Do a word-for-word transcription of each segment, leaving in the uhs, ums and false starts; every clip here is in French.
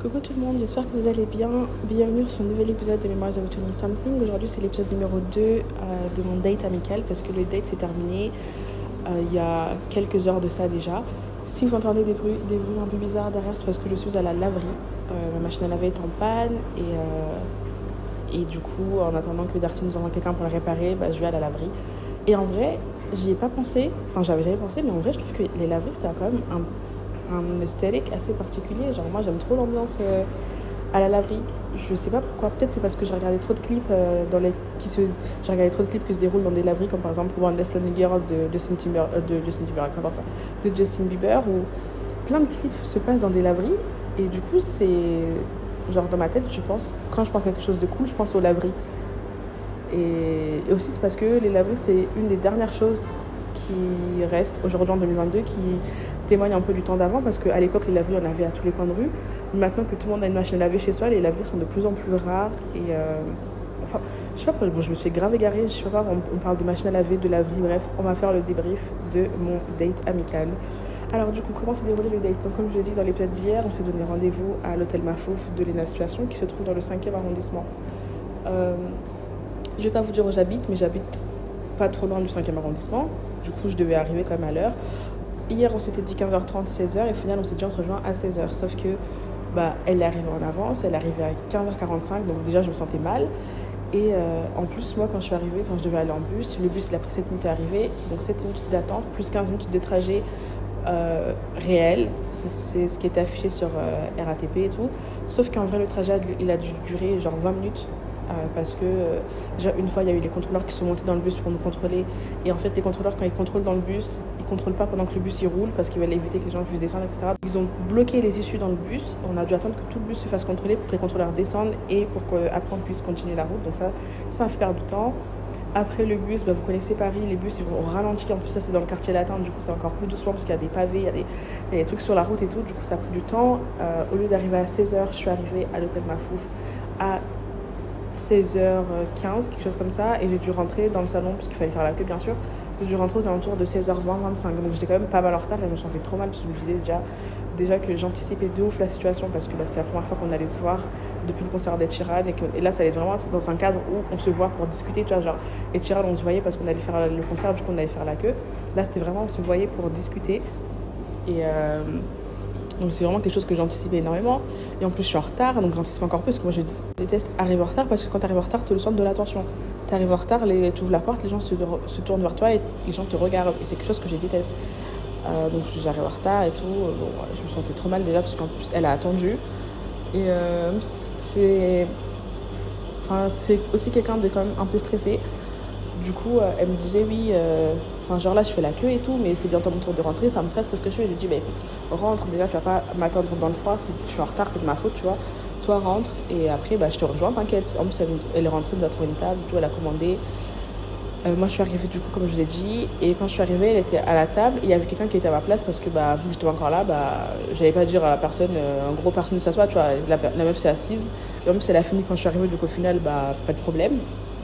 Coucou tout le monde, j'espère que vous allez bien. Bienvenue sur un nouvel épisode de Memoirs of twenty something. Aujourd'hui c'est l'épisode numéro deux euh, de mon date amical parce que le date s'est terminé euh, il y a quelques heures de ça déjà. Si vous entendez des bruits, des bruits un peu bizarres derrière, c'est parce que je suis à la laverie. Euh, ma machine à laver est en panne et, euh, et du coup en attendant que Darty nous envoie quelqu'un pour la réparer, bah, je vais à la laverie. Et en vrai, j'y ai pas pensé, enfin j'avais jamais pensé, mais en vrai je trouve que les laveries ça a quand même un un esthétique assez particulier. Genre moi j'aime trop l'ambiance euh, à la laverie. Je sais pas pourquoi, peut-être c'est parce que j'ai regardé trop de clips euh, dans les qui se j'ai regardé trop de clips qui se déroulent dans des laveries comme par exemple One Less Lonely Girl de Justin Timber euh, de Justin Timberlake n'importe quoi, de Justin Bieber, où plein de clips se passent dans des laveries et du coup c'est genre dans ma tête je pense quand je pense à quelque chose de cool je pense aux laveries. Et, et aussi c'est parce que les laveries c'est une des dernières choses qui reste aujourd'hui en deux mille vingt-deux, qui témoigne un peu du temps d'avant, parce qu'à l'époque les laveries on avait à tous les coins de rue. Maintenant que tout le monde a une machine à laver chez soi, les laveries sont de plus en plus rares et euh, enfin je sais pas pourquoi, bon, je me suis grave égarée, je sais pas, on, on parle de machine à laver, de laverie, bref on va faire le débrief de mon date amical. Alors du coup comment s'est déroulé le date? Donc comme je l'ai dit dans l'épisode d'hier, on s'est donné rendez-vous à l'hôtel Mafouf de Léna Situation qui se trouve dans le cinquième arrondissement. euh, je vais pas vous dire où j'habite, mais j'habite pas trop loin du cinquième arrondissement. Du coup, je devais arriver quand même à l'heure. Hier, on s'était dit quinze heures trente, seize heures. Et au final, on s'est dit on se rejoint à seize heures. Sauf que, bah, elle est arrivée en avance. Elle est arrivée à quinze heures quarante-cinq. Donc déjà, je me sentais mal. Et euh, en plus, moi, quand je suis arrivée, quand je devais aller en bus, le bus, il a pris sept minutes à arriver. Donc sept minutes d'attente, plus quinze minutes de trajet euh, réel. C'est, c'est ce qui est affiché sur euh, R A T P et tout. Sauf qu'en vrai, le trajet, il a dû durer genre vingt minutes. Euh, parce que euh, une fois il y a eu les contrôleurs qui sont montés dans le bus pour nous contrôler, et en fait les contrôleurs quand ils contrôlent dans le bus ils contrôlent pas pendant que le bus il roule parce qu'ils veulent éviter que les gens puissent descendre, etc. Ils ont bloqué les issues dans le bus, on a dû attendre que tout le bus se fasse contrôler pour que les contrôleurs descendent et pour qu'après on puisse continuer la route. Donc ça ça a fait perdre du temps. Après le bus, bah, vous connaissez Paris, les bus ils vont au ralenti, en plus ça c'est dans le quartier latin, du coup c'est encore plus doucement parce qu'il y a des pavés, il y a des, il y a des trucs sur la route et tout, du coup ça a pris du temps. Euh, au lieu d'arriver à seize heures, je suis arrivée à l'hôtel Mafouf à seize heures quinze, quelque chose comme ça, et j'ai dû rentrer dans le salon parce qu'il fallait faire la queue bien sûr. J'ai dû rentrer aux alentours de seize heures vingt, vingt-cinq, donc j'étais quand même pas mal en retard et je me sentais trop mal parce que je me disais déjà, déjà que j'anticipais de ouf la situation parce que bah, c'était la première fois qu'on allait se voir depuis le concert d'Ed Sheeran et, que, et là ça allait vraiment être dans un cadre où on se voit pour discuter, tu vois, genre Ed Sheeran on se voyait parce qu'on allait faire le concert, du coup on allait faire la queue. Là c'était vraiment on se voyait pour discuter et euh, donc c'est vraiment quelque chose que j'anticipais énormément. Et en plus je suis en retard, donc j'anticipe encore plus parce que moi je déteste arriver en retard parce que quand tu arrives en retard tu es le centre de l'attention. Tu arrives en retard, tu ouvres la porte, les gens se, se tournent vers toi et les gens te regardent et c'est quelque chose que je déteste. Euh, donc j'arrive en retard et tout, bon, je me sentais trop mal déjà parce qu'en plus elle a attendu. Et euh, c'est... Enfin, c'est aussi quelqu'un de quand même un peu stressé. Du coup, euh, elle me disait oui, euh... enfin genre là je fais la queue et tout, mais c'est bientôt mon tour de rentrer, ça me stresse, qu'est-ce que je fais? Je lui dis bah écoute, rentre, déjà tu vas pas m'attendre dans le froid, si je suis en retard c'est de ma faute, tu vois. Toi rentre et après bah je te rejoins, t'inquiète. En plus elle, elle est rentrée, nous a trouvé une table, tu vois, elle a commandé. Euh, moi je suis arrivée du coup comme je vous ai dit, et quand je suis arrivée elle était à la table et il y avait quelqu'un qui était à ma place parce que bah vu que j'étais encore là, bah j'allais pas dire à la personne, euh, en gros personne ne s'assoit, tu vois, la, la meuf s'est assise. Et en plus elle a fini quand je suis arrivée, du coup au final bah pas de problème.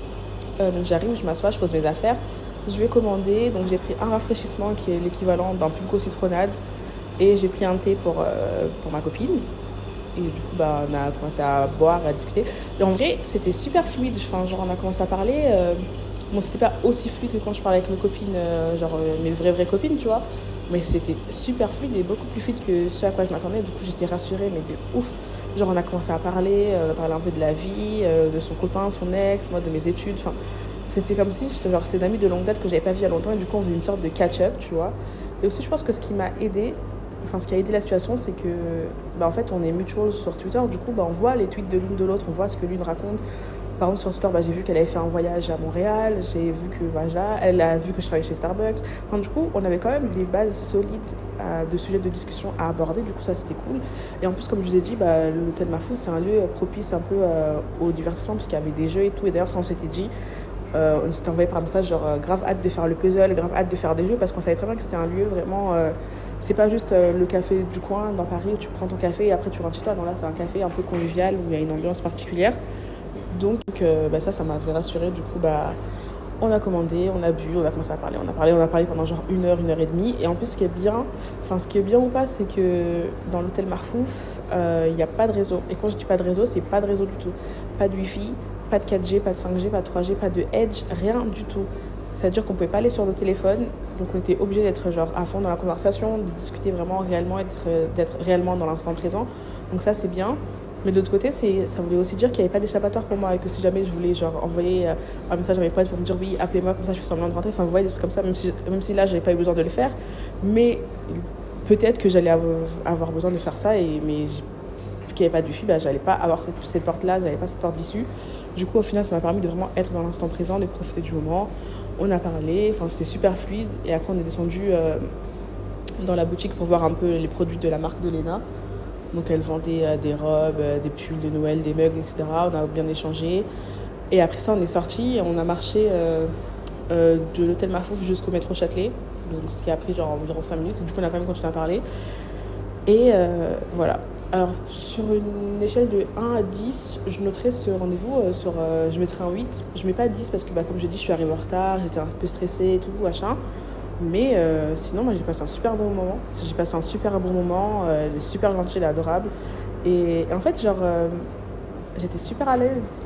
Euh, donc j'arrive, je m'assois, je pose mes affaires, je vais commander, donc j'ai pris un rafraîchissement qui est l'équivalent d'un pulco citronnade et j'ai pris un thé pour, euh, pour ma copine. Et du coup bah, on a commencé à boire, à discuter. Et en vrai c'était super fluide, enfin, genre on a commencé à parler, euh... bon c'était pas aussi fluide que quand je parlais avec mes copines, euh, genre euh, mes vraies vraies copines, tu vois, mais c'était super fluide et beaucoup plus fluide que ce à quoi je m'attendais. Du coup j'étais rassurée mais de ouf. Genre on a commencé à parler, on a parlé un peu de la vie, euh, de son copain, son ex, moi de mes études, enfin c'était comme si genre c'était une amie de longue date que j'avais pas vue il y a longtemps et du coup on faisait une sorte de catch-up, tu vois. Et aussi je pense que ce qui m'a aidé, enfin ce qui a aidé la situation, c'est que bah en fait on est mutual sur Twitter, du coup bah on voit les tweets de l'une de l'autre, on voit ce que l'une raconte. Par exemple sur Twitter bah, j'ai vu qu'elle avait fait un voyage à Montréal, j'ai vu que voilà, elle a vu que je travaillais chez Starbucks. Enfin du coup on avait quand même des bases solides euh, de sujets de discussion à aborder, du coup ça c'était cool. Et en plus comme je vous ai dit, bah, l'hôtel Mafouf c'est un lieu propice un peu euh, au divertissement parce qu'il y avait des jeux et tout. Et d'ailleurs ça on s'était dit, euh, on s'était envoyé par message genre euh, grave hâte de faire le puzzle, grave hâte de faire des jeux parce qu'on savait très bien que c'était un lieu vraiment... Euh, c'est pas juste euh, le café du coin dans Paris où tu prends ton café et après tu rentres chez toi. Non là c'est un café un peu convivial où il y a une ambiance particulière. Donc euh, bah, ça, ça m'avait rassurée. Du coup, bah, On a commandé, on a bu, on a commencé à parler, on a parlé, on a parlé pendant genre une heure, une heure et demie. Et en plus, ce qui est bien, enfin, ce qui est bien ou pas, c'est que dans l'hôtel Marfouf, il euh, n'y a pas de réseau. Et quand je dis pas de réseau, c'est pas de réseau du tout. Pas de Wi-Fi, pas de quatre G, pas de cinq G, pas de trois G, pas de Edge, rien du tout. C'est-à-dire qu'on pouvait pas aller sur le téléphone, donc on était obligé d'être genre à fond dans la conversation, de discuter vraiment réellement, être, d'être réellement dans l'instant présent. Donc ça, c'est bien. Mais de l'autre côté, c'est, ça voulait aussi dire qu'il n'y avait pas d'échappatoire pour moi et que si jamais je voulais genre, envoyer un message à mes potes pour me dire oui, appelez-moi, comme ça je fais semblant de rentrer, enfin vous voyez des trucs comme ça, même si, même si là, je n'avais pas eu besoin de le faire. Mais peut-être que j'allais avoir besoin de faire ça, et, mais vu qu'il n'y avait pas de wifi, bah, j'allais pas avoir cette, cette porte-là, j'avais pas cette porte d'issue. Du coup, au final, ça m'a permis de vraiment être dans l'instant présent, de profiter du moment. On a parlé, enfin c'était super fluide, et après on est descendu euh, dans la boutique pour voir un peu les produits de la marque de Léna. Donc elle vendait euh, des robes, euh, des pulls de Noël, des mugs, et cetera. On a bien échangé. Et après ça, on est sorti, on a marché euh, euh, de l'hôtel Marfouf jusqu'au métro Châtelet, donc, ce qui a pris genre environ cinq minutes. Du coup, on a quand même continué à parler. Et euh, voilà. Alors, sur une échelle de un à dix, je noterais ce rendez-vous euh, sur... Euh, je mettrais un huit. Je mets pas dix parce que, bah, comme je dis, je suis arrivée en retard, j'étais un peu stressée et tout, machin. Mais euh, sinon, moi, j'ai passé un super bon moment. J'ai passé un super bon moment, euh, elle est super gentille, elle est adorable. Et, et en fait, genre, euh, j'étais super à l'aise.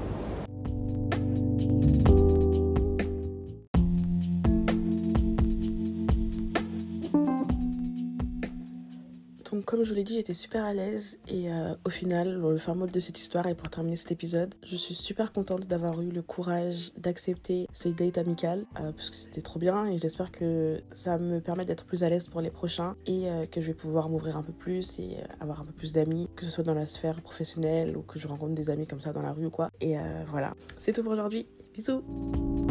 Donc, comme je vous l'ai dit, j'étais super à l'aise. Et euh, au final, le fin mot de cette histoire, et pour terminer cet épisode, je suis super contente d'avoir eu le courage d'accepter cette date amicale, euh, parce que c'était trop bien. Et j'espère que ça me permet d'être plus à l'aise pour les prochains, et euh, que je vais pouvoir m'ouvrir un peu plus et euh, avoir un peu plus d'amis, que ce soit dans la sphère professionnelle ou que je rencontre des amis comme ça dans la rue ou quoi. Et euh, voilà, c'est tout pour aujourd'hui. Bisous!